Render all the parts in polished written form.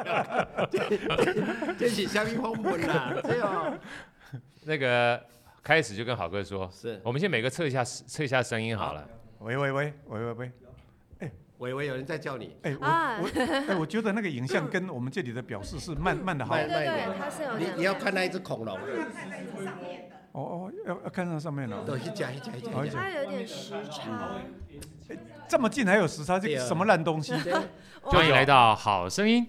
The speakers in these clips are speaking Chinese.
这是什么风文啦？对哦。 那个开始就跟好哥说， 是我们先每个测一下声音好了。 喂， 伟伟，有人在叫你。 我觉得那个影像跟我们这里的表示是慢的好。 对， 它是有你要看那一只恐龙。 要看到上面了。 对，一家。 它有点时差。 这么近还有时差，这什么烂东西？ 欢迎来到好声音。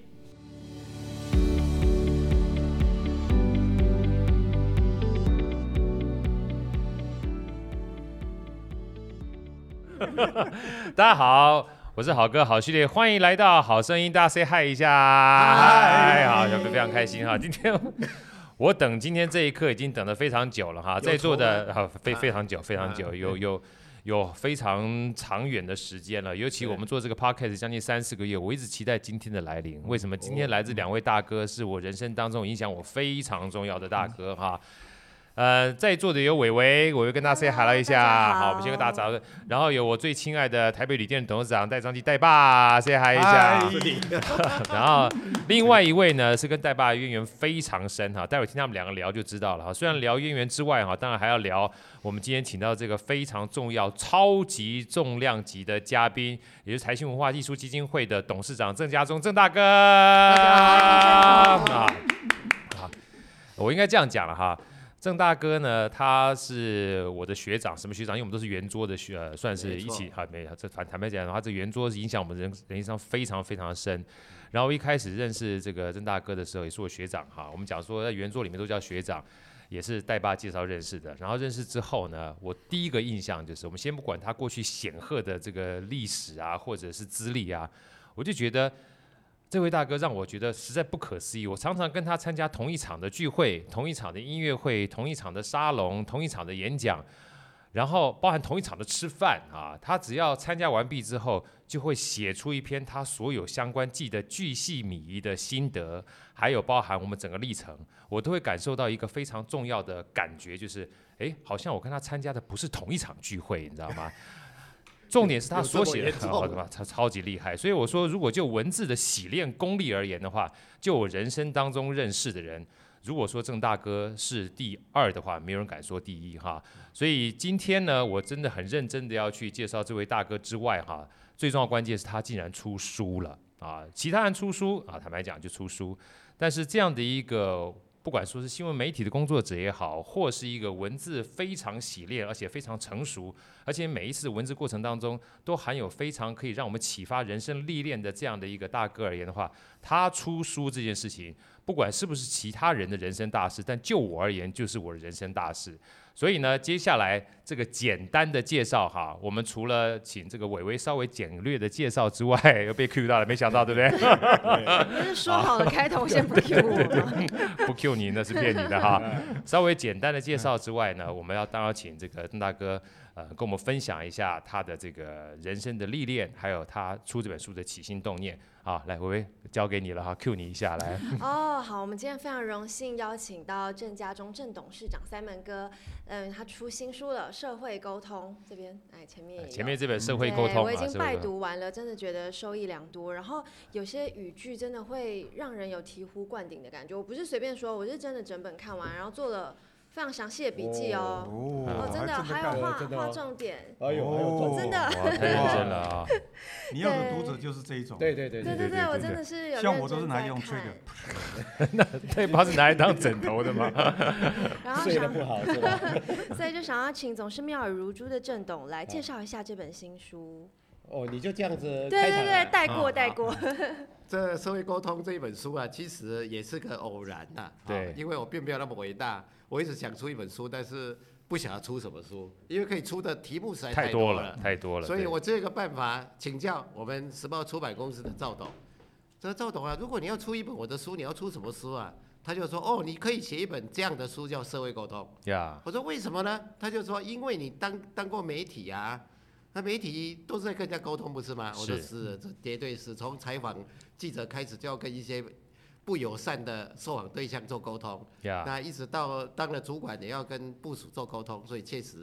大家好，我是好哥好系列，欢迎来到好声音，大家 say hi 一下。嗨，好，小哥非常开心哈。今天我等今天这一刻已经等得非常久了哈，在座的非常久，有非常长远的时间了，尤其我们做这个 podcast 将近3-4个月，我一直期待今天的来临。为什么今天来自两位大哥，是我人生当中影响我非常重要的大哥哈。在座的有伟伟跟大家 say hello 一下，好，我们先跟大家早。然后有我最亲爱的台北旅店董事长戴章基戴爸 say hi 一下。然后另外一位呢是跟戴爸的渊源非常深哈，待会听他们两个聊就知道了哈。虽然聊渊源之外哈，当然还要聊我们今天请到这个非常重要、超级重量级的嘉宾，也就是财讯文化艺术基金会的董事长郑家忠郑大哥。大家好。我应该这样讲了哈。郑大哥呢，他是我的学长，什么学长？因为我们都是圆桌的算是一起哈。坦白讲的话，这圆桌影响我们人生上非常非常的深。然后一开始认识这个郑大哥的时候，也是我学长哈。我们讲说在圆桌里面都叫学长，也是戴爸介绍认识的。然后认识之后呢，我第一个印象就是，我们先不管他过去显赫的这个历史啊，或者是资历啊，我就觉得。这位大哥让我觉得实在不可思议。我常常跟他参加同一场的聚会、同一场的音乐会、同一场的沙龙、同一场的演讲，然后包含同一场的吃饭啊。他只要参加完毕之后，就会写出一篇他所有相关记得巨细靡遗的心得，还有包含我们整个历程，我都会感受到一个非常重要的感觉，就是好像我跟他参加的不是同一场聚会，你知道吗？重点是他所写的超级厉害，所以我说，如果就文字的洗练功力而言的话，就我人生当中认识的人，如果说郑大哥是第2的话，没有人敢说第1哈。所以今天呢，我真的很认真的要去介绍这位大哥之外哈，最重要的关键是他竟然出书了啊！其他人出书啊，坦白讲就出书，但是这样的一个。不管说是新闻媒体的工作者也好，或是一个文字非常洗练而且非常成熟，而且每一次文字过程当中都含有非常可以让我们启发人生历练的这样的一个大哥而言的话，他出书这件事情，不管是不是其他人的人生大事，但就我而言就是我的人生大事。所以呢，接下来这个简单的介绍哈，我们除了请这个伟伟稍微简略的介绍之外，又被 Q 到了，没想到对不对？ 不是说好了开头先不 Q 我吗？ 不 Q 你那是骗你的哈。稍微简单的介绍之外呢，我们当然请这个邓大哥跟我们分享一下他的这个人生的历练，还有他出这本书的起心动念。好，来，伟伟交给你了哈 ，Q 你一下来。 好，我们今天非常荣幸邀请到郑家忠郑董事长 Simon 哥，他出新书了，《社会沟通》这边，前面这本《社会沟通》 我已经拜读完了，真的觉得受益良多。然后有些语句真的会让人有醍醐灌顶的感觉。我不是随便说，我是真的整本看完，然后做了。非常详细的笔记真的还有画重点，真的， 太认真了啊！ 你要的读者就是这一种， 对， 我真的是有像我都是拿来用吹的， 那把是拿来当枕头的吗？ 然后睡得不好是吧？ 所以就想要请总是妙语如珠的郑董来介绍一下这本新书。 你就这样子对，带过。 这社会沟通这一本书啊，其实也是个偶然呐。 对， 因为我并没有那么伟大，我一直想出一本书，但是不晓得出什么书，因为可以出的题目实在太多了。所以我这个办法请教我们时报出版公司的赵董。这赵董啊，如果你要出一本我的书，你要出什么书啊？他就说你可以写一本这样的书叫社会沟通。我说为什么呢？他就说因为你当过媒体啊。那媒体都是在跟人家沟通，不是吗？我说是，这绝对是。从采访记者开始，就要跟一些不友善的受访对象做沟通。那一直到当了主管，也要跟部属做沟通。所以确实，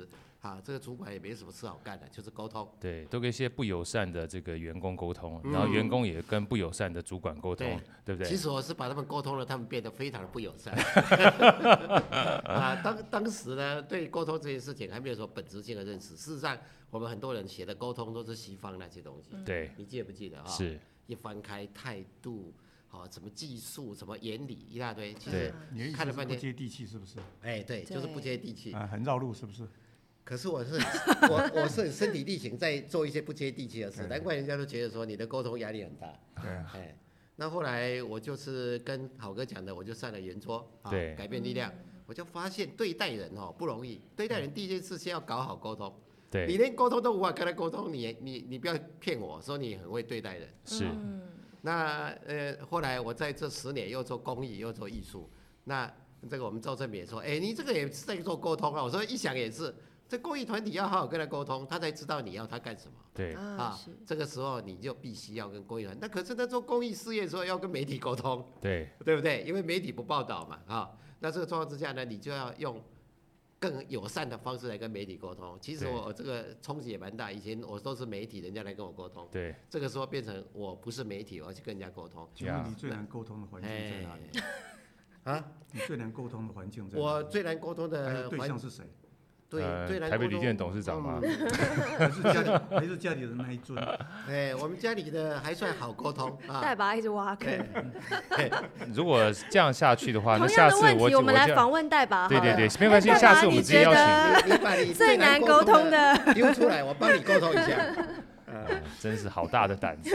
这个主管也没什么事好干的，就是沟通。 对，都跟一些不友善的这个员工沟通，然后员工也跟不友善的主管沟通，对不对？ 其实我是把他们沟通了，他们变得非常的不友善。当时呢，对沟通这件事情还没有什么本质性的认识。事实上，我们很多人写的沟通都是西方那些东西。 对， 你记不记得是。 一翻开态度。什么技术，什么原理，一大堆，其实看了半天不接地气，是不是？ 对，就是不接地气， 很绕路，是不是？ 可是我是很身体力行在做一些不接地气的事，难怪人家都觉得说你的沟通压力很大。对，那后来我就是跟好哥讲的，我就上了圆桌，改变力量，我就发现对待人不容易，对待人第一件事先要搞好沟通。 对， 你连沟通都无法跟他沟通，你不要骗我说你很会对待人。 是。 那后来我在这10年又做公益又做艺术，那这个我们赵正敏也说，你这个也是在做沟通啊。我说一想也是，这公益团体要好好跟他沟通，他才知道你要他干什么。 对这个时候你就必须要跟公益团体。那可是他做公益事业的时候要跟媒体沟通， 对不对？因为媒体不报道嘛，那这个状况之下呢，你就要用更友善的方式来跟媒体沟通。其实我这个冲击也蛮大，以前我都是媒体，人家来跟我沟通。 对， 这个时候变成我不是媒体，我要去跟人家沟通。 请问你最难沟通的环境在哪里？你最难沟通的环境在哪里？ 我最难沟通的对象是谁？ 对，最难沟通。 台北旅店董事长吗？ 还是家里的那一尊？ 我们家里的还算好沟通。 代爸一直挖坑。 如果这样下去的话，那同下次样的问题我们来访问代爸。 对，没关系，下次我们直接邀请你把你最难沟通的丢出来，我帮你沟通一下。 真是好大的胆子，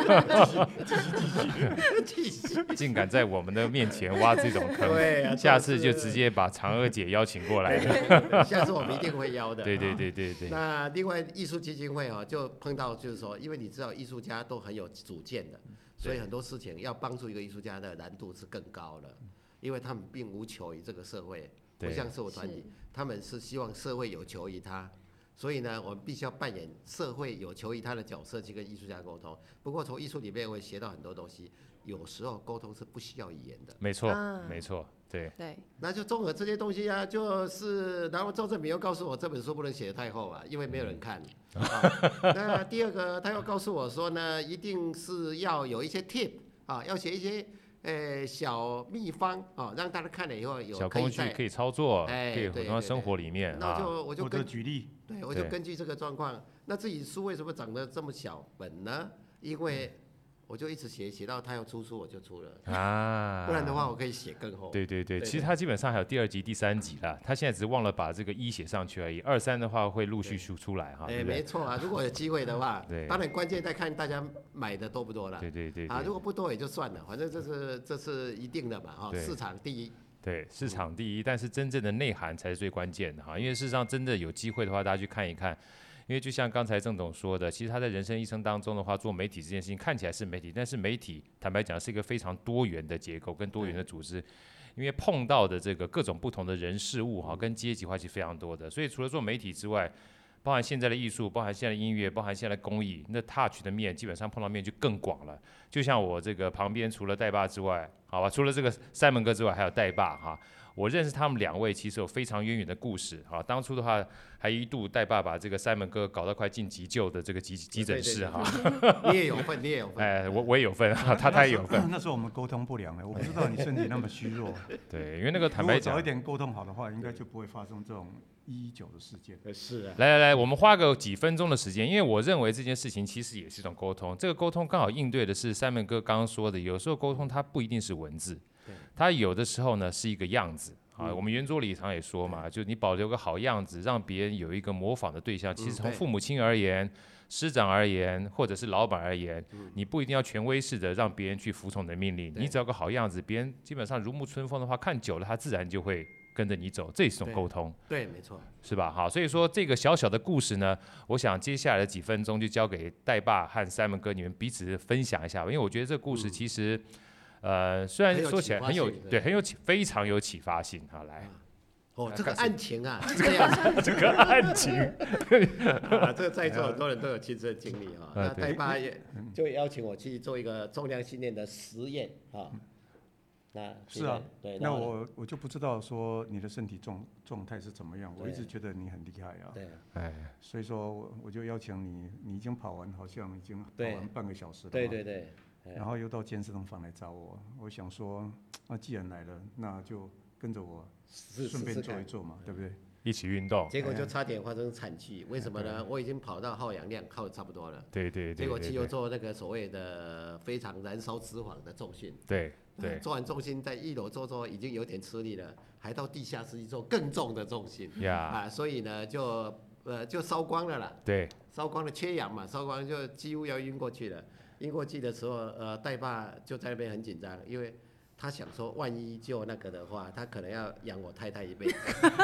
竟敢在我们的面前挖这种坑。 对， 下次就直接把嫦娥姐邀请过来。 下次我们一定会邀的。 对。 那另外艺术基金会就碰到就是说，因为你知道艺术家都很有主见的，所以很多事情要帮助一个艺术家的难度是更高的，因为他们并无求于这个社会，不像是我团体，他们是希望社会有求于他。所以呢，我们必须要扮演社会有求于他的角色去跟艺术家沟通。不过从艺术里面我也学到很多东西，有时候沟通是不需要语言的。 没错，对。 那就综合这些东西啊，就是然后周正明又告诉我这本书不能写得太厚啊，因为没有人看。那第二个，他又告诉我说呢，一定是要有一些 tip 要写一些。小秘方让大家看了以后有小工具可以操作，可以回到生活里面。 那我就跟举例， 我就根据这个状况，那自己书为什么长得这么小本呢？因为我就一直写到他要出书我就出了不然的话我可以写更厚。 对，其实他基本上还有第2集、第3集啦，他现在只是忘了把这个1写上去而已，2、3的话会陆续出来哈。 没错啊，如果有机会的话，当然关键再看大家买的多不多啦。 对。 如果不多也就算了，反正这是一定的嘛市场第一。 对，市场第一，但是真正的内涵才是最关键的哈，因为事实上真的有机会的话，大家去看一看。因为就像刚才郑董说的，其实他在人生一生当中的话，做媒体这件事情看起来是媒体，但是媒体坦白讲是一个非常多元的结构跟多元的组织，因为碰到的这个各种不同的人事物跟阶级化是非常多的，所以除了做媒体之外，包含现在的艺术，包含现在的音乐，包含现在的公益，那 touch 的面基本上碰到面就更广了。就像我这个旁边除了代爸之外，好吧，除了这个Simon哥之外，还有代爸哈。我认识他们2位，其实有非常渊源的故事哈。当初的话，还一度代爸把这个Simon哥搞到快进急救的这个急诊室哈。 你也有份，你也有份。 我也有份哈，他也有份。 那时候我们沟通不良了，我不知道你身体那么虚弱。 对，因为那个坦白讲， 如果早一点沟通好的话，应该就不会发生这种119的事件。 是啊。 来，我们花个几分钟的时间，因为我认为这件事情其实也是一种沟通。这个沟通刚好应对的是Simon哥刚刚说的，有时候沟通它不一定是文字。它有的时候呢是一个样子我们圆桌礼堂也说嘛，就你保留个好样子，让别人有一个模仿的对象。其实从父母亲而言、师长而言，或者是老板而言，你不一定要权威式的让别人去服从你的命令，你只要个好样子，别人基本上如沐春风的话，看久了他自然就会跟着你走，这也是一种沟通。 对，没错， 是吧？好，所以说这个小小的故事呢，我想接下来的几分钟就交给代爸和Simon哥你们彼此分享一下，因为我觉得这个故事其实。虽然说起来非常有启发性来。 这个案情啊， 这个案情， 这个在座很多人都有亲身经历那代爸也就邀请我去做一个重量训练的实验是啊，那我就不知道说你的身体状态是怎么样，我一直觉得你很厉害啊。 对， 所以说我就邀请你，你已经跑完，好像已经跑完半个小时了。 对。 然后又到健身房来找我，我想说，那既然来了，那就跟着我顺便做一做嘛，对不对？ 一起运动， 结果就差点发生惨剧。为什么呢？我已经跑到耗氧量耗得差不多了。 对。 结果去又做那个所谓的非常燃烧脂肪的重训。 对。 做完重训在1楼做已经有点吃力了，还到地下室去做更重的重训。所以呢就烧光了啦。 对。 烧光了，缺氧嘛，烧光就几乎要晕过去了。晕过去的时候，代爸就在那边很紧张，因为他想说，万一就那个的话，他可能要养我太太一辈子。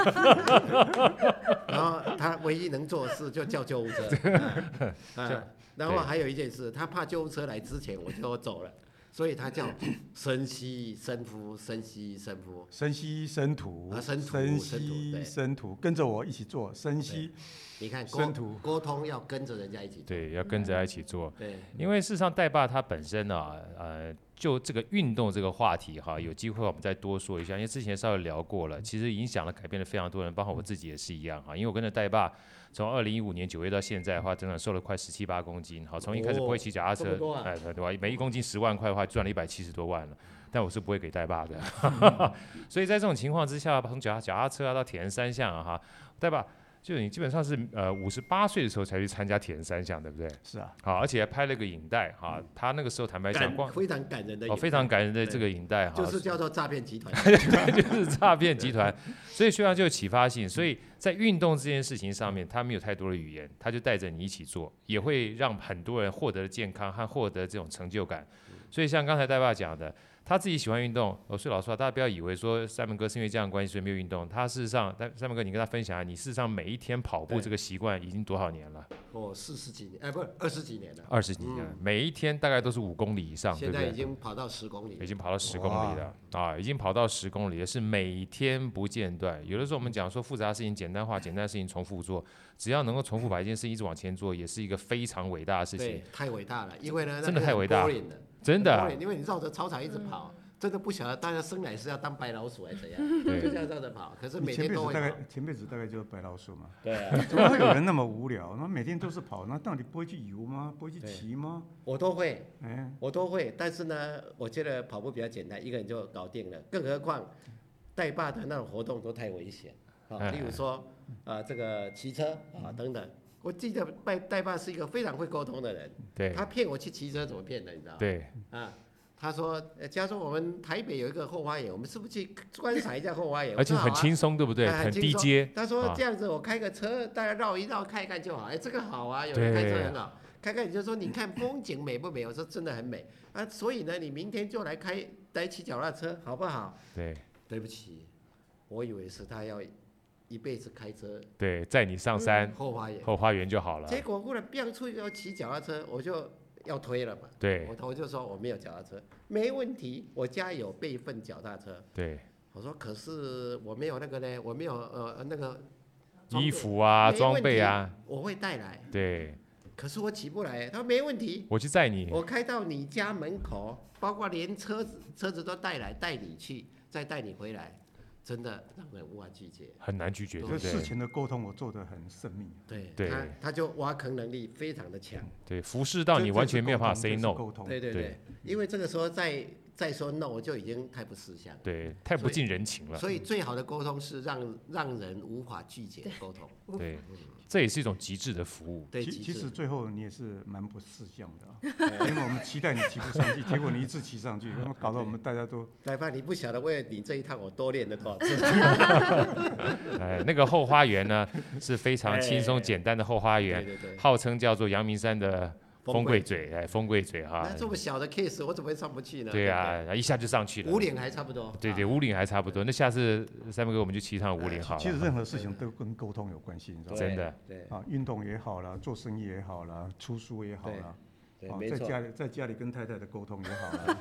然后他唯一能做的事就叫救护车。然后还有一件事，他怕救护车来之前我就走了，所以他叫深吸深呼，深吸深呼， 深吸深吐， 深吸深吐，跟着我一起做深吸。 你看沟通要跟着人家一起做， 对，要跟着他一起做。 对， 因为事实上代爸他本身就这个运动这个话题哈，有机会我们再多说一下，因为之前稍微聊过了，其实影响了改变了非常多人，包括我自己也是一样哈。因为我跟着代爸从2015年9月到现在的话，整整瘦了快17、8公斤。好，从一开始不会骑脚踏车，对吧？每1公斤10万块的话，赚了170多万了。但我是不会给代爸的，所以在这种情况之下，从脚踏车到铁人3项哈，代爸。就你基本上是58岁的时候才去参加铁人3项，对不对？ 是啊。 好，而且还拍了个影带哈，他那个时候坦白讲， 非常感人的非常感人的这个影带哈， 就是叫做诈骗集团。 对，就是诈骗集团。所以虽然就有启发性，所以在运动这件事情上面，他没有太多的语言，他就带着你一起做，也会让很多人获得健康和获得这种成就感。所以像刚才代爸讲的。他自己喜欢运动，所以老实话，大家不要以为说三门哥是因为这样的关系所以没有运动。他事实上，三门哥，你跟他分享一下，你事实上每一天跑步这个习惯已经多少年了 ？40几年，不是20几年了。 20几年，每一天大概都是5公里以上， 现在已经跑到10公里， 已经跑到10公里了啊，已经跑到10公里了，是每天不间断。有的时候我们讲说复杂的事情简单化，简单的事情重复做，只要能够重复把一件事情一直往前做，也是一个非常伟大的事情。 对，太伟大了，因为呢， 真的太伟大了。真的， 因为你绕着操场一直跑，真的不晓得大家生来是要当白老鼠还是怎样，就这样绕着跑。可是每天都会跑。 前辈子大概就是白老鼠嘛。 对啊。 怎么会有人那么无聊？那每天都是跑，那到底不会去游吗？不会去骑吗？ 我都会，我都会。但是呢，我觉得跑步比较简单，一个人就搞定了。更何况代爸的那种活动都太危险啊，例如说这个骑车啊等等。我记得代爸是一个非常会沟通的人， 对， 他骗我去骑车怎么骗的，你知道吗？ 对， 他说，假如说我们台北有一个后花园，我们是不是去观赏一下后花园？ 而且很轻松，对不对？很低阶。 他说这样子，我开个车，大家绕一绕看一看就好。这个好啊，有人开车很好，开开你就说，你看风景美不美？我说真的很美啊，所以呢，你明天就来骑脚踏车，好不好？ 对， 对不起，我以为是他要一辈子开车， 对，载你上山，后花园就好了。 结果忽然变出要骑脚踏车，我就要推了嘛。 对， 我就说我没有脚踏车，没问题，我家有备份脚踏车。 对， 我说可是我没有那个呢，我没有那个衣服啊、装备啊， 我会带来。 对， 可是我起不来。他说没问题， 我去载你， 我开到你家门口，包括连车子都带来，带你去，再带你回来。真的让人无法拒绝， 很难拒绝。 这事情的沟通我做得很缜密。 对，他就挖坑能力非常的强。 对，服侍到你完全没有办法 say no。 对，因为这个时候再说 no 就已经太不识相。 对，太不近人情了。 所以最好的沟通是让人无法拒绝的沟通。 对，这也是一种极致的服务。 对， 其实最后你也是蛮不识相的，因为我们期待你骑不上去，结果你一次骑上去，搞得我们大家都。 来吧，你不晓得为了你这一趟我多练了多少次。 那个后花园呢是非常轻松简单的后花园，号称叫做阳明山的风柜嘴，风柜嘴哈。 那这么小的 case， 我怎么会上不去呢？ 对啊，一下就上去了。 五岭还差不多。 对，五岭还差不多。那下次三哥我们就骑趟五岭好了。 其实任何事情都跟沟通有关系，你知道吗？ 真的。 对。 运动也好啦，做生意也好啦，出书也好啦， 没错。 在家里跟太太的沟通也好啦。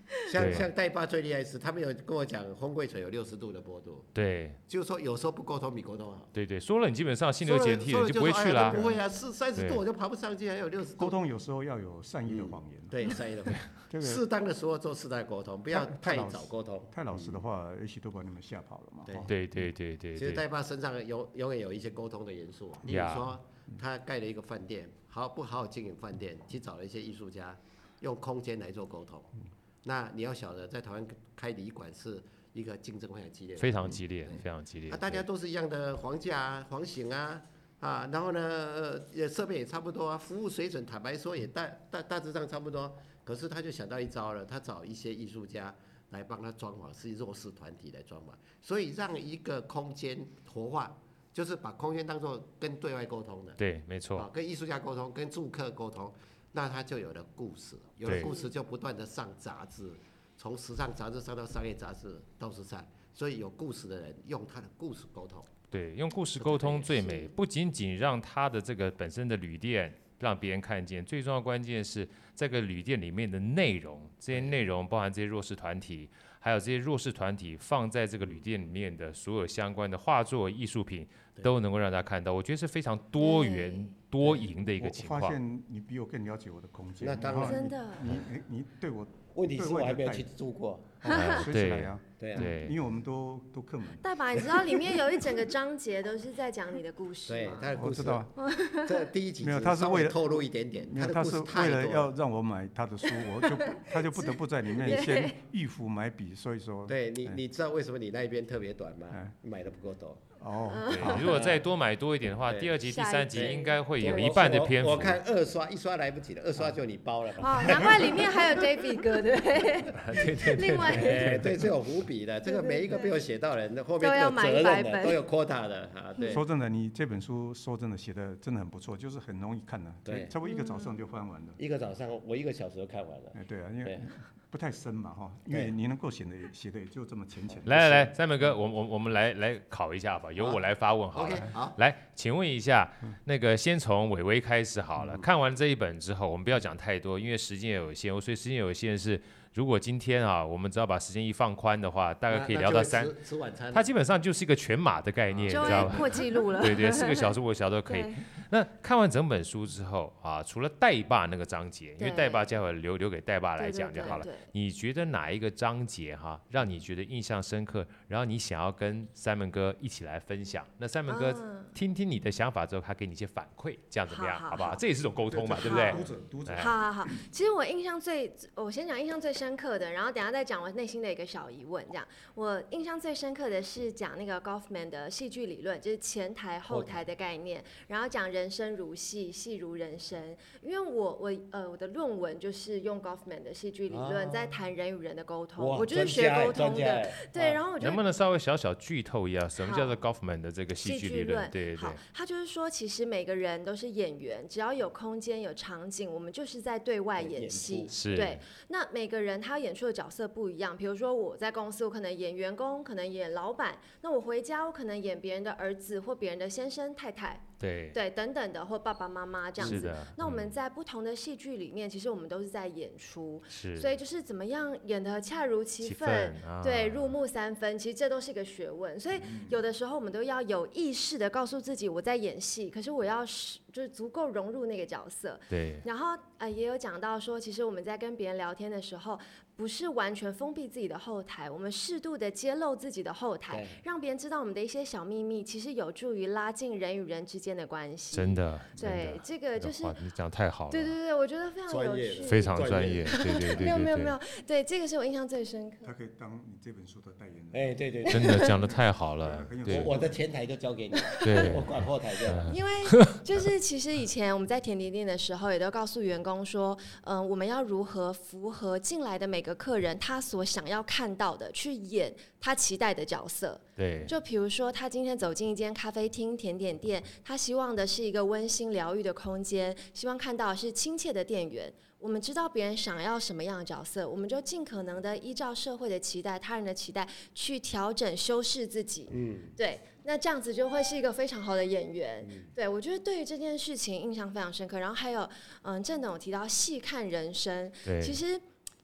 像代爸最厉害是，他们有跟我讲，风柜锤有60度的坡度。 对， 就是说有时候不沟通比沟通好。 对，说了你基本上心流洁癖，你就不会去啦。 不会啊，30度我就爬不上去，还有60度。 沟通有时候要有善意的谎言。 对，善意的谎言。适当的时候做适当的沟通，不要太早沟通。 太老实的话，也许都把你们吓跑了嘛。 对。 其实代爸身上永远有一些沟通的元素，例如说他盖了一个饭店，不好好经营饭店，去找了一些艺术家，用空间来做沟通。那你要晓得，在台湾开旅馆是一个竞争非常激烈， 非常激烈。 大家都是一样的房价、房型然后呢，设备也差不多服务水准坦白说也大致上差不多。可是他就想到一招了，他找一些艺术家来帮他装潢，是弱势团体来装潢，所以让一个空间活化，就是把空间当作跟对外沟通的。 对，没错。 跟艺术家沟通，跟住客沟通。那他就有了故事，有了故事就不断的上杂志，从时尚杂志上到商业杂志都是上，所以有故事的人用他的故事沟通。 对，用故事沟通最美，不仅仅让他的这个本身的旅店让别人看见，最重要的关键是这个旅店里面的内容，这些内容包含这些弱势团体，还有这些弱势团体放在这个旅店里面的所有相关的画作、艺术品，都能够让大家看到。我觉得是非常多元多赢的一个情况。 我发现你比我更了解我的空间。 那当然， 真的。 你对我， 问题是我还没有去住过。 随时来啊。 对， 因为我们都客满。 代爸，你知道里面有一整个章节都是在讲你的故事吗？ 对，他的故事。 我知道。 这第一集没有，他是为了透露一点点。 没有，他是为了要让我买他的书，他就不得不在里面先预付买笔，所以说。 对你知道为什么你那一边特别短吗？买的不够多。 对，如果再多买多一点的话，第2集、第3集应该会有一半的篇幅。 我看2刷，1刷来不及了，2刷就你包了。 难怪里面还有 David 哥，对不对？ 对。 另外， 对，这有伏笔的，这个每一个被我写到人的后面都有责任的，都有 quota 的对。 说真的，你这本书说真的写的真的很不错，就是很容易看的。对，差不多1个早上就翻完了。 1个早上，我1个小时就看完了。 对啊，因为不太深嘛因为你能够写的也就这么浅。 来，Simon哥，我们来考一下吧，由我来发问好了。 好， 来，请问一下，那个先从伟伟开始好了。看完这一本之后，我们不要讲太多，因为时间有限。所以时间有限是，如果今天我们只要把时间一放宽的话，大概可以聊到吃晚餐。 它基本上就是一个全马的概念，你知道吧？ 破纪录了。 对，4个小时、5个小时都可以。那看完整本书之后除了代爸那个章节，因为代爸待会留给代爸来讲就好了。你觉得哪一个章节让你觉得印象深刻，然后你想要跟 Simon 哥一起来分享？那 Simon 哥听你的想法之后，他给你一些反馈，这样怎么样？好不好？这也是种沟通嘛，对不对？ 读者。 好。其实我先讲印象最深刻的，然后等一下再讲我内心的一个小疑问。这样，我印象最深刻的是讲那个 Goffman 的戏剧理论，就是前台后台的概念，然后讲人生如戏，戏如人生。因为我的论文就是用 Goffman 的戏剧理论在谈人与人的沟通，我就是学沟通的。对，然后我就能不能稍微小剧透一下，什么叫做 Goffman 的这个戏剧理论？对。 好，他就是说，其实每个人都是演员，只要有空间有场景，我们就是在对外演戏。对。那每个人他演出的角色不一样，比如说我在公司，我可能演员工，可能演老板；那我回家，我可能演别人的儿子或别人的先生太太。对，等等的，或爸爸妈妈这样子。那我们在不同的戏剧里面，其实我们都是在演出，所以就是怎么样演得恰如其分，对，入木三分，其实这都是一个学问。所以有的时候我们都要有意识的告诉自己，我在演戏，可是我要就是足够融入那个角色。 对。 然后也有讲到说，其实我们在跟别人聊天的时候，不是完全封闭自己的后台，我们适度的揭露自己的后台，让别人知道我们的一些小秘密，其实有助于拉近人与人之间的关系。 真的。 对，这个就是你讲太好了。 对，我觉得非常有趣， 非常专业。对。 没有，对，这个是我印象最深刻。 他可以当你这本书的代言人。 对。 真的讲得太好了。对， 我的前台就交给你， 对， 我管后台就好。 因为就是其实以前我们在甜点店的时候，也都告诉员工说，我们要如何符合进来的每个客人他所想要看到的，去演他期待的角色。 对， 就比如说他今天走进一间咖啡厅、甜点店，他希望的是一个温馨疗愈的空间，希望看到的是亲切的店员。我们知道别人想要什么样的角色，我们就尽可能的依照社会的期待、他人的期待去调整、修饰自己。对，那这样子就会是一个非常好的演员。对，我觉得对于这件事情印象非常深刻。然后还有，郑董有提到细看人生，其实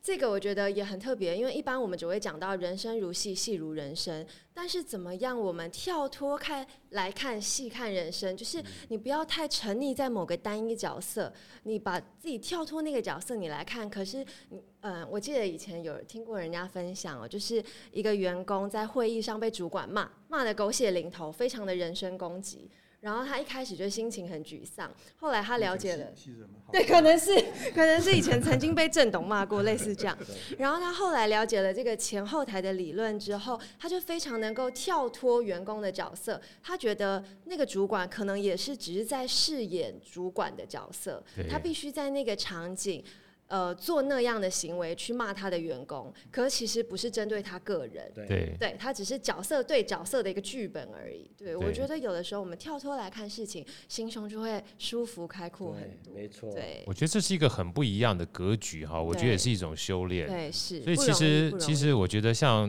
这个我觉得也很特别，因为一般我们只会讲到人生如戏，戏如人生，但是怎么样我们跳脱来看戏看人生，就是你不要太沉溺在某个单一角色，你把自己跳脱那个角色你来看。可是我记得以前有听过人家分享哦，就是一个员工在会议上被主管骂得狗血淋头，非常的人身攻击。然后他一开始就心情很沮丧，后来他了解了，对，可能是以前曾经被郑董骂过，类似这样。然后他后来了解了这个前后台的理论之后，他就非常能够跳脱员工的角色，他觉得那个主管可能也是只是在饰演主管的角色，他必须在那个场景。做那样的行为去骂他的员工，可其实不是针对他个人，对，他只是角色对角色的一个剧本而已。对，我觉得有的时候我们跳脱来看事情，心胸就会舒服开阔很多。 没错， 对， 我觉得这是一个很不一样的格局哈，我觉得也是一种修炼。 对，是。 所以其实我觉得像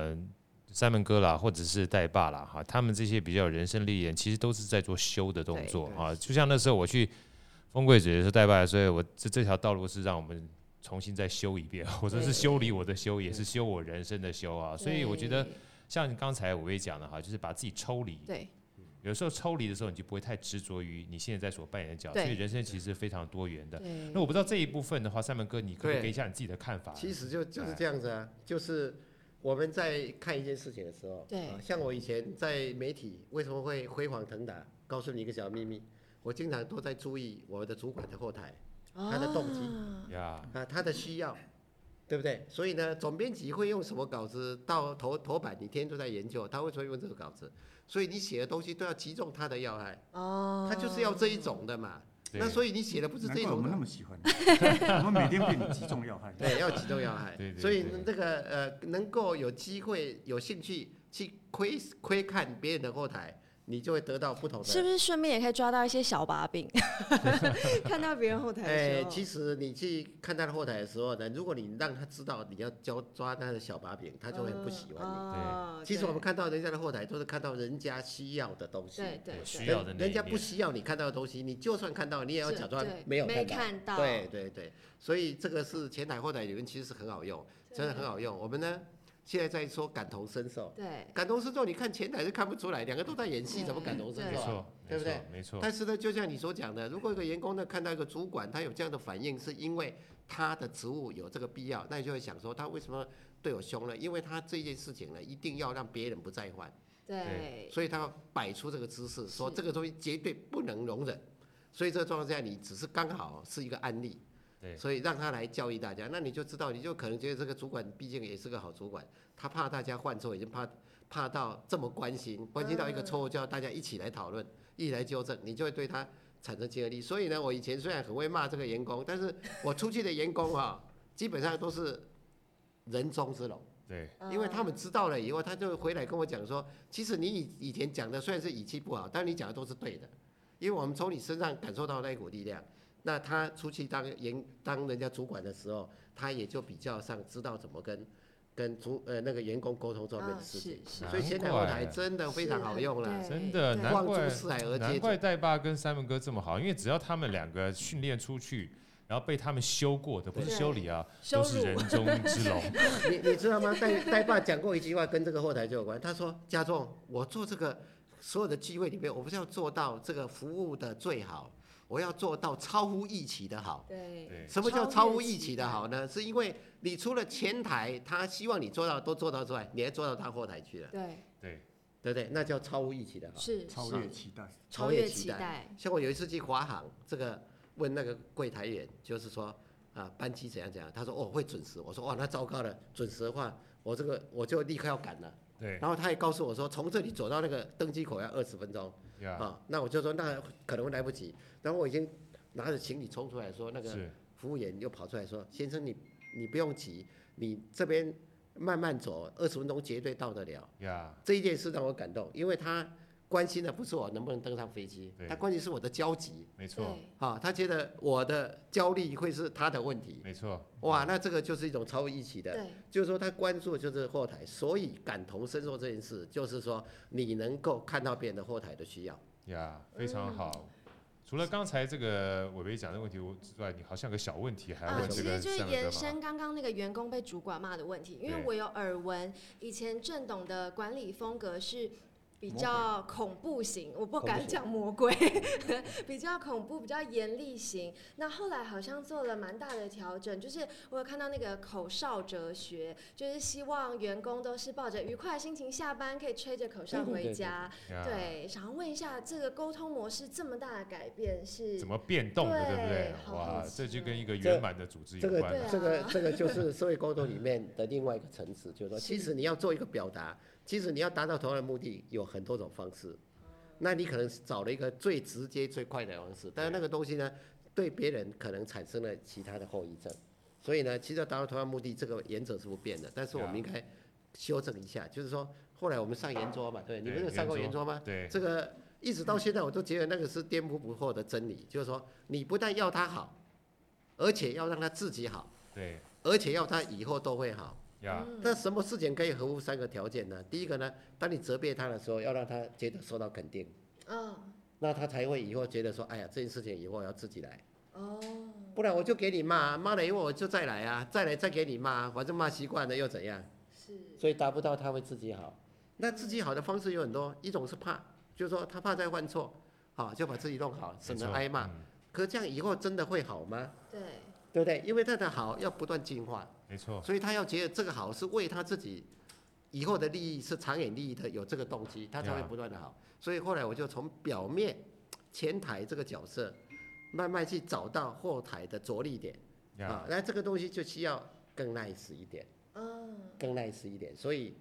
Simon 哥啦，或者是代爸啦哈，他们这些比较有人生历练，其实都是在做修的动作哈。就像那时候我去丰贵嘴的时候代爸，所以我这条道路是让我们重新再修一遍，或者是修理我的修，也是修我人生的修啊。所以我觉得像刚才我也讲的哈，就是把自己抽离。 对。 有时候抽离的时候，你就不会太执着于你现在所扮演的角色，所以人生其实非常多元的。那我不知道这一部分的话，Simon哥，你可不可以给一下你自己的看法？ 其实就是这样子啊，就是我们在看一件事情的时候，像我以前在媒体为什么会辉煌腾达？告诉你一个小秘密。我经常都在注意我的主管的后台，他的动机，他的需要，对不对？所以呢，总编辑会用什么稿子到头版，你天天都在研究，他为什么用这个稿子？所以你写的东西都要击中他的要害，他就是要这一种的嘛。那所以你写的不是这种的， 我们那么喜欢，我们每天被你击中要害， 对，要击中要害。所以这个能够有机会、有兴趣去窥看别人的后台。你就会得到不同的， 是不是顺便也可以抓到一些小把柄？看到别人后台的时候， 其实你去看他的后台的时候呢，如果你让他知道你要抓他的小把柄，他就会不喜欢你。其实我们看到人家的后台，都是看到人家需要的东西， 对， 需要的那一面。 人家不需要你看到的东西，你就算看到，你也要假装没有看到。对，所以这个是前台后台理论，其实是很好用，真的很好用。我们呢？现在在说感同身受， 对， 感同身受，你看前台是看不出来，两个都在演戏，怎么感同身受？对不对？ 没错。 但是呢，就像你所讲的，如果一个员工呢看到一个主管，他有这样的反应，是因为他的职务有这个必要，那你就会想说，他为什么对我凶呢？因为他这件事情呢，一定要让别人不再犯， 对， 所以他要摆出这个姿势，说这个东西绝对不能容忍。所以这个状况下，你只是刚好是一个案例。所以让他来教育大家，那你就知道，你就可能觉得这个主管毕竟也是个好主管，他怕大家犯错，已经怕到这么关心到一个错误，就要大家一起来讨论，一起来纠正，你就会对他产生亲和力。所以呢，我以前虽然很会骂这个员工，但是我出去的员工基本上都是人中之龙。 对， 因为他们知道了以后，他就回来跟我讲说，其实你以前讲的虽然是语气不好，但你讲的都是对的，因为我们从你身上感受到那一股力量。那他出去当人家主管的时候，他也就比较上知道怎么跟那个员工沟通这方面的事情。所以前台后台真的非常好用了， 真的望诸四海而皆准。 难怪代爸跟Simon哥这么好，因为只要他们两个训练出去，然后被他们修过的，不是修理啊，都是人中之龙。 你知道吗？代爸讲过一句话，跟这个后台就有关。他说：“家中，我做这个所有的机会里面，我不是要做到这个服务的最好。”我要做到超乎预期的好。 对， 什么叫超乎预期的好呢？是因为你除了前台他希望你都做到之外，你还做到他后台去了。 对不对？那叫超乎预期的好。 是超越期待。 超越期待。 像我有一次去华航，这个问那个柜台员，就是说班机怎样，他说会准时。我说那糟糕了，准时的话，我就立刻要赶了。 对。 然后他也告诉我说，从这里走到那个登机口要20分钟。那我就说那可能来不及。然后我已经拿着行李冲出来说，那个服务员又跑出来说：“先生，你不用急，你这边慢慢走，20分钟绝对到得了。”这一件事让我感动，因为他关心的不是我能不能登上飞机，他关心是我的交集。 没错。 他觉得我的焦虑会是他的问题。 没错。 哇，那这个就是一种超乎预期的，就是说他关注的就是后台，所以感同身受这件事，就是说你能够看到别人的后台的需要。 非常好。 除了刚才这个伟伟讲的问题之外，你好像有个小问题还要问这个其实就是延伸刚刚那个员工被主管骂的问题，因为我有耳闻，以前郑董的管理风格是比较恐怖型，我不敢讲魔鬼，比较恐怖、比较严厉型。那后来好像做了蛮大的调整，就是我有看到那个口哨哲学，就是希望员工都是抱着愉快的心情下班，可以吹着口哨回家。对，想要问一下，这个沟通模式这么大的改变是怎么变动的，对不对？哇，这就跟一个圆满的组织有关。 这个就是社会沟通里面的另外一个层次，就是说，其实你要做一个表达。其实你要达到同样的目的，有很多种方式。那你可能找了一个最直接、最快的方式，但是那个东西呢，对别人可能产生了其他的后遗症。所以呢，其实要达到同样目的，这个原则是不变的。但是我们应该修正一下，就是说，后来我们上圆桌嘛，对，你们有上过圆桌吗？ 对， 这个一直到现在，我都觉得那个是颠扑不破的真理，就是说，你不但要他好，而且要让他自己好， 对， 而且要他以后都会好。那什么事情可以合乎3个条件呢？第一个呢，当你责备他的时候，要让他觉得受到肯定，那他才会以后觉得说，哎呀，这件事情以后要自己来，不然我就给你骂，骂了以后我就再来啊，再来再给你骂，反正骂习惯了又怎样？所以达不到他会自己好。那自己好的方式有很多，一种是怕，就是说他怕再犯错，好就把自己弄好，省得挨骂。可这样以后真的会好吗？对不对？因为他的好要不断进化。 没错， 所以他要觉得这个好是为他自己以后的利益，是长远利益的，有这个动机，他才会不断的好。所以后来我就从表面前台这个角色，慢慢去找到后台的着力点那这个东西就需要更 nice 一点，更 nice 一点。所以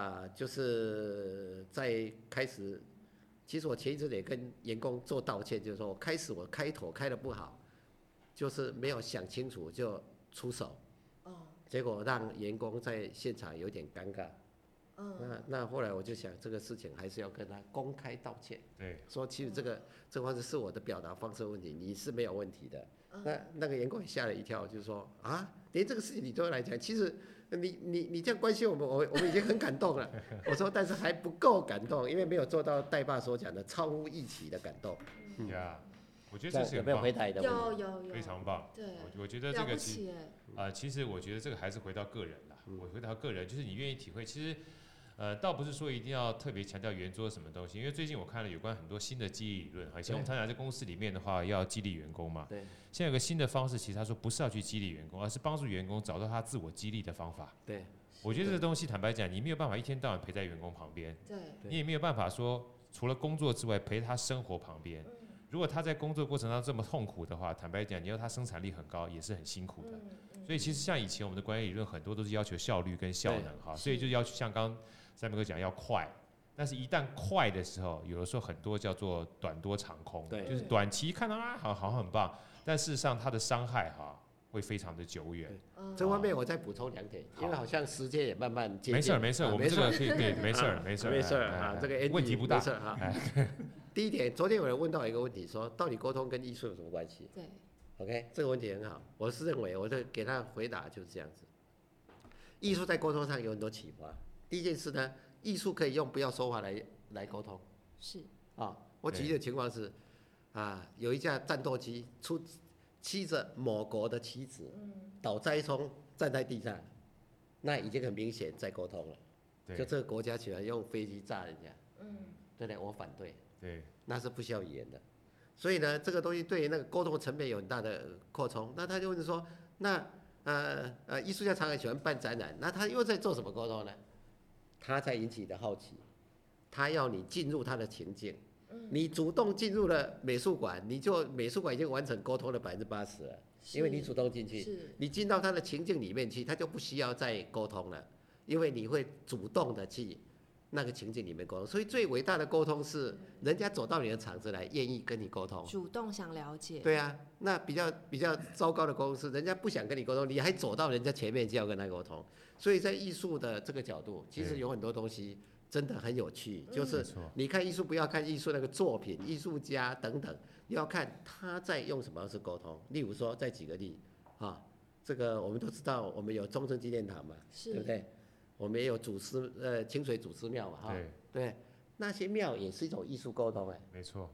就是在开始，其实我前一阵也跟员工做道歉，就是说我开头开得不好，就是没有想清楚就出手。结果让员工在现场有点尴尬，那后来我就想，这个事情还是要跟他公开道歉， 对， 说其实这方式是我的表达方式问题，你是没有问题的。那个员工也吓了一跳，就说连这个事情你都要来讲，其实你这样关心我们，我们已经很感动了。我说，但是还不够感动，因为没有做到代爸所讲的超乎预期的感动。 我觉得这是有没有回答的？ 有， 非常棒。 对， 我觉得这个其实我觉得这个还是回到个人啦。我回到个人，就是你愿意体会。其实，倒不是说一定要特别强调圆桌什么东西，因为最近我看了有关很多新的激励理论。以前我们常常在公司里面的话，要激励员工嘛。 对。 现在有个新的方式，其实他说不是要去激励员工，而是帮助员工找到他自我激励的方法。 对。 我觉得这个东西，坦白讲，你没有办法一天到晚陪在员工旁边。 对。 你也没有办法说，除了工作之外陪他生活旁边。如果他在工作过程当中这么痛苦的话，坦白讲，你要他生产力很高，也是很辛苦的。所以其实像以前我们的管理理论很多都是要求效率跟效能哈，所以就要求像刚三明哥讲要快，但是一旦快的时候，有的时候很多叫做短多长空，就是短期看到好很棒，但事实上它的伤害会非常的久远。 这方面我再补充2点，因为好像时间也慢慢接近。 没事，我们这个可以没事啊，这个问题不大。 没事哈。第一点，昨天有人问到一个问题，说到底沟通跟艺术有什么关系？ 对 ，OK， 这个问题很好，我是认为，我就给他回答就是这样子。艺术在沟通上有很多启发。第一件事呢，艺术可以用不要说话来沟通。 是。 我举例的情况是，有一架战斗机骑着某国的旗帜，倒栽葱站在地上，那已经很明显在沟通了。就这个国家喜欢用飞机炸人家，对不对？我反对。 对， 那是不需要语言的，所以呢，这个东西对于那个沟通层面有很大的扩充。那他就问说，那艺术家常常喜欢办展览，那他又在做什么沟通呢？他在引起你的好奇，他要你进入他的情境，你主动进入了美术馆，美术馆已经完成沟通了80%了，因为你主动进去，你进到他的情境里面去，他就不需要再沟通了，因为你会主动的去那个情境里面沟通。所以最伟大的沟通是人家走到你的场子来，愿意跟你沟通， 主动想了解。 对啊，那比较糟糕的沟通是人家不想跟你沟通，你还走到人家前面就要跟他沟通。所以在艺术的这个角度，其实有很多东西真的很有趣，就是你看艺术不要看艺术那个作品、艺术家等等，你要看他在用什么方式沟通。例如说，再举个例这个我们都知道，我们有中正纪念堂嘛，对不对？我们也有清水祖师庙嘛，对，那些庙也是一种艺术沟通没错。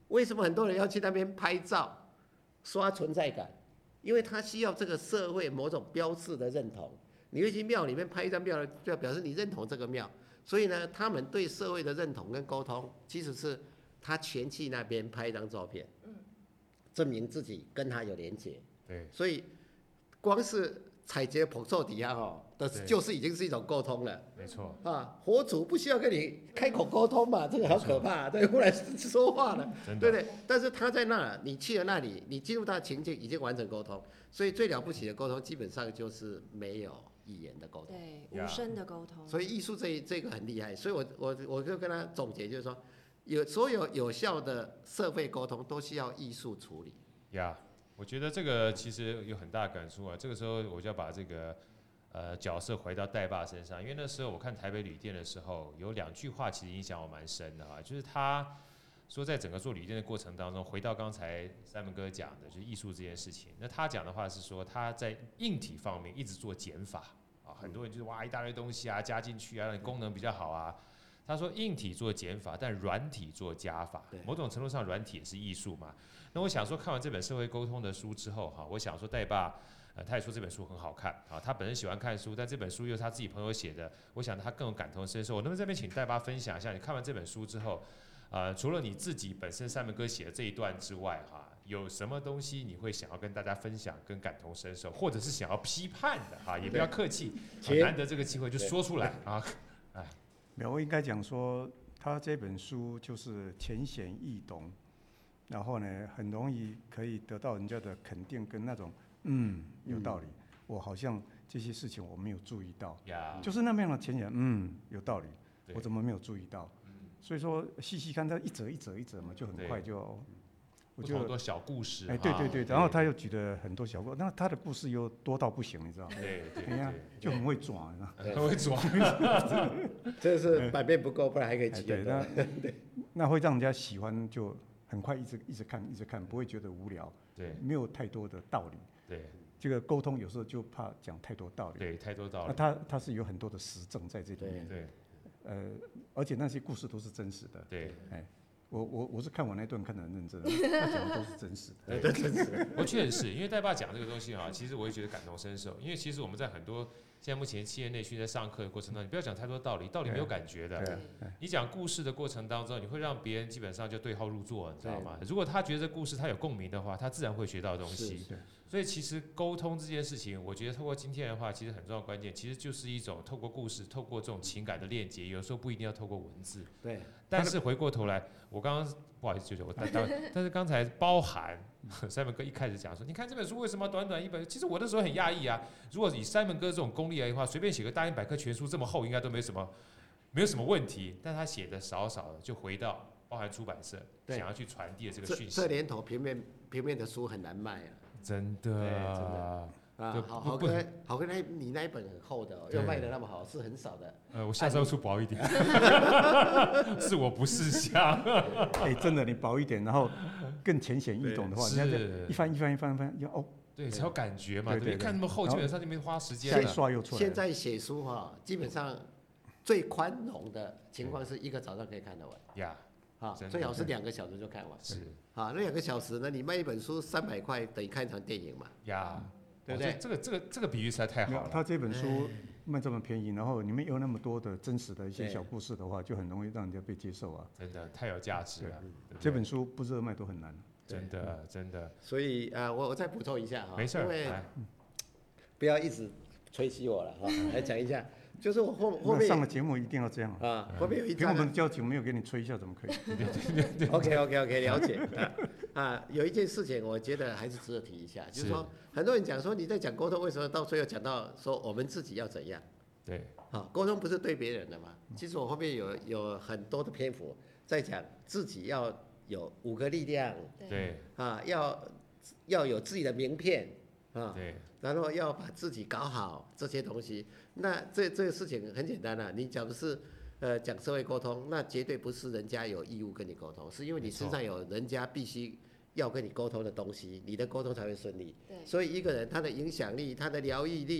为什么很多人要去那边拍照、刷存在感？因为他需要这个社会某种标志的认同。你会去庙里面拍一张庙，就表示你认同这个庙。所以呢，他们对社会的认同跟沟通，其实是他前去那边拍一张照片，证明自己跟他有连结。 对， 所以光是采撷捧寿底下就是已经是一种沟通了。 没错啊，佛祖不需要跟你开口沟通嘛，这个好可怕，对，忽然说话了，对不对？但是他在那，你去了那里，你进入到情境，已经完成沟通。所以最了不起的沟通，基本上就是没有语言的沟通， 对，无声的沟通。 所以艺术这个很厉害，所以我就跟他总结，就是说，所有有效的社会沟通都需要艺术处理。 我觉得这个其实有很大的感触啊。这个时候我就要把这个角色回到戴爸身上，因为那时候我看台北旅店的时候，有2句话其实影响我蛮深的啊，就是他说在整个做旅店的过程当中，回到刚才Simon哥讲的，就是艺术这件事情。那他讲的话是说他在硬体方面一直做减法啊，很多人就是哇一大堆东西啊加进去啊，让你功能比较好啊。他说硬体做减法，但软体做加法。某种程度上，软体也是艺术嘛。那我想说，看完这本社会沟通的书之后哈，我想说戴爸。他也说这本书很好看啊，他本身喜欢看书，但这本书又是他自己朋友写的，我想他更有感同身受。我能不能这边请戴爸分享一下，你看完这本书之后，除了你自己本身Simon哥写的这一段之外，有什么东西你会想要跟大家分享、跟感同身受，或者是想要批判的也不要客气，难得这个机会就说出来啊。 没有，我应该讲说，他这本书就是浅显易懂，然后呢，很容易可以得到人家的肯定跟那种。有道理。我好像这些事情我没有注意到，就是那么样的浅显，有道理，我怎么没有注意到？所以说细细看，它一则一则一则嘛，就很快就，我觉得很多小故事。 对，然后他又举了很多小故事，那他的故事又多到不行，你知道吗？ 对， 就很会抓，你知道吗？ 很会抓， 这是版面不够，不然还可以举。 对，那会让人家喜欢，就很快一直看，不会觉得无聊。 对， 没有太多的道理。 对， 这个沟通有时候就怕讲太多道理。 对，太多道理。 那他是有很多的实证在这里面。 对。 而且那些故事都是真实的。 对。 我是看我那段看得很认真，他讲的都是真实的。 对，真实。 我确实是因为戴爸讲这个东西其实我也觉得感同身受。因为其实我们在很多现在目前企业内训在上课的过程当中，你不要讲太多道理，道理没有感觉的。你讲故事的过程当中，你会让别人基本上就对号入座，你知道吗？如果他觉得这故事他有共鸣的话，他自然会学到东西。所以其实沟通这件事情，我觉得透过今天的话，其实很重要的关键，其实就是一种透过故事、透过这种情感的链接，有时候不一定要透过文字。 对。 但是回过头来，我刚刚不好意思，舅舅，但是刚才包含Simon哥一开始讲说，你看这本书为什么短短1本？其实我那时候很讶异啊。如果以Simon哥这种功力来的话，随便写个大英百科全书这么厚，应该都没有什么问题。但他写的少少的，就回到包含出版社想要去传递的这个讯息。 这年头平面的书很难卖啊。 真的。 好哥，你那一本很厚的，又卖的那么好，是很少的。 我下次要出薄一点，是我不识相。 真的，你薄一点，然后更浅显易懂的话，人家一翻， 对，才有感觉嘛。对，看那么厚，基本上就没花时间了。 刷又出来。 现在写书基本上最宽容的情况是1个早上可以看得完。最好是2个小时就看完。 是。 那2个小时呢？你卖一本书300块，等于看一场电影嘛。 对不对？这个比喻实在太好了。 他这本书卖这么便宜，然后里面有那么多的真实的一些小故事的话，就很容易让人家被接受啊。 真的太有价值了。 这本书不热卖都很难。 真的。 所以我再补充一下没事， 因为不要一直吹嘘我了来讲一下。就是我后面上了节目一定要这样后面有一章，凭我们的交情没有给你吹一下怎么可以 ？OK， 了解有一件事情我觉得还是值得提一下，就是说很多人讲说你在讲沟通，为什么到最后讲到说我们自己要怎样？ 对， 沟通不是对别人的嘛？其实我后面有很多的篇幅在讲自己要有5个力量， 对要有自己的名片对。 然后要把自己搞好这些东西，那这个事情很简单你假如是讲社会沟通，那绝对不是人家有义务跟你沟通，是因为你身上有人家必须要跟你沟通的东西，你的沟通才会顺利。所以一个人他的影响力、他的疗愈力、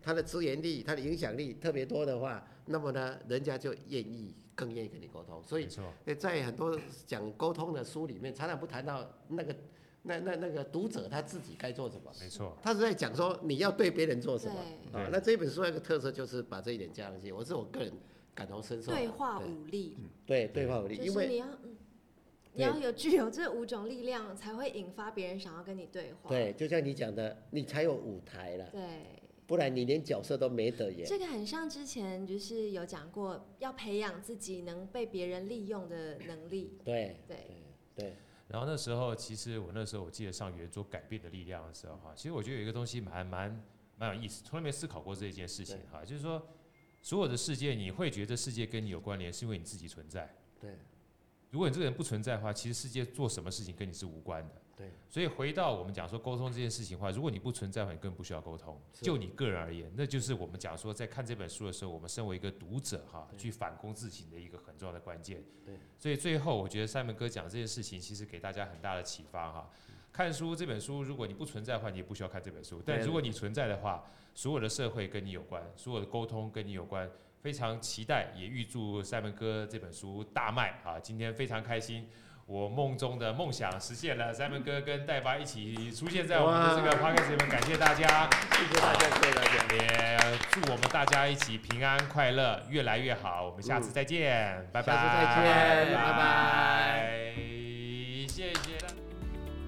他的资源力、他的影响力特别多的话，那么呢，人家就更愿意跟你沟通。所以在很多讲沟通的书里面，常常不谈到那个读者他自己该做什么。 没错， 他是在讲说你要对别人做什么。那这本书有一个特色就是把这一点加上去，我个人感同身受。 对话武力。 对，对话武力， 就是你要具有这5种力量，才会引发别人想要跟你对话。 对，就像你讲的，你才有舞台了。 对。 不然你连角色都没得演。 这个很像之前就是有讲过，要培养自己能被别人利用的能力。 对。 然后那时候，其实我记得上圆桌改变的力量的时候哈，其实我觉得有一个东西蛮有意思，从来没思考过这件事情哈，就是说所有的世界你会觉得世界跟你有关联，是因为你自己存在。 对。 如果你这个人不存在的话，其实世界做什么事情跟你是无关的。 对， 所以回到我们讲说沟通这件事情的话，如果你不存在的话，你根本不需要沟通。就你个人而言，那就是我们讲说在看这本书的时候，我们身为一个读者哈，去反躬自省的一个很重要的关键。 对， 所以最后我觉得Simon哥讲这件事情，其实给大家很大的启发哈。看书这本书，如果你不存在的话，你也不需要看这本书；但如果你存在的话，所有的社会跟你有关，所有的沟通跟你有关。非常期待，也预祝Simon哥这本书大卖啊！今天非常开心。我梦中的梦想实现了，Simon哥跟戴爸一起出现在我们的这个 podcast 里面，感谢大家， 谢谢大家，谢谢大家， 也祝我们大家一起平安快乐，越来越好。我们下次再见，拜拜。 下次再见，拜拜。 谢谢。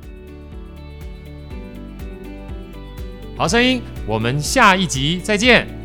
好声音，我们下一集再见。